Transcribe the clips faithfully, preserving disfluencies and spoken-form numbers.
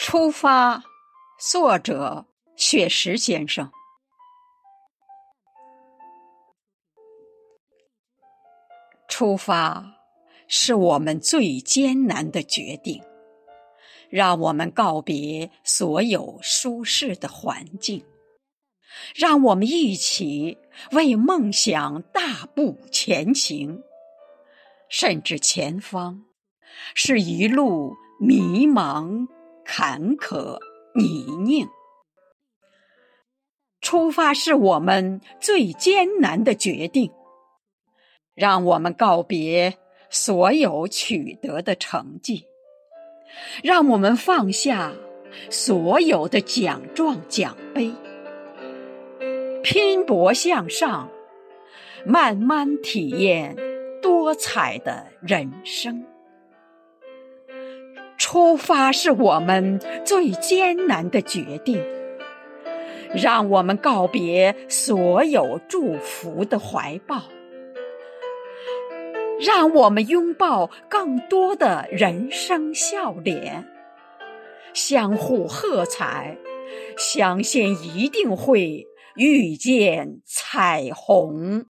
出发，作者雪石先生。出发是我们最艰难的决定，让我们告别所有舒适的环境，让我们一起为梦想大步前行，甚至前方是一路迷茫、坎坷、泥泞。出发是我们最艰难的决定，让我们告别所有取得的成绩，让我们放下所有的奖状奖杯，拼搏向上，慢慢体验多彩的人生。出发是我们最艰难的决定，让我们告别所有祝福的怀抱，让我们拥抱更多的人生笑脸，相互喝彩，相信一定会遇见彩虹。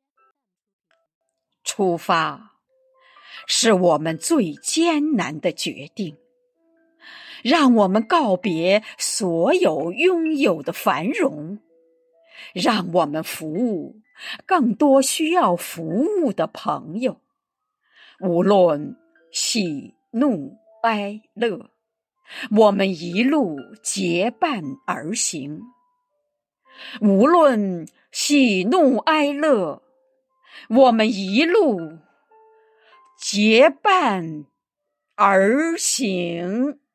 出发是我们最艰难的决定，让我们告别所有拥有的繁荣，让我们服务更多需要服务的朋友，无论喜怒哀乐，我们一路结伴而行。无论喜怒哀乐，我们一路结伴而行。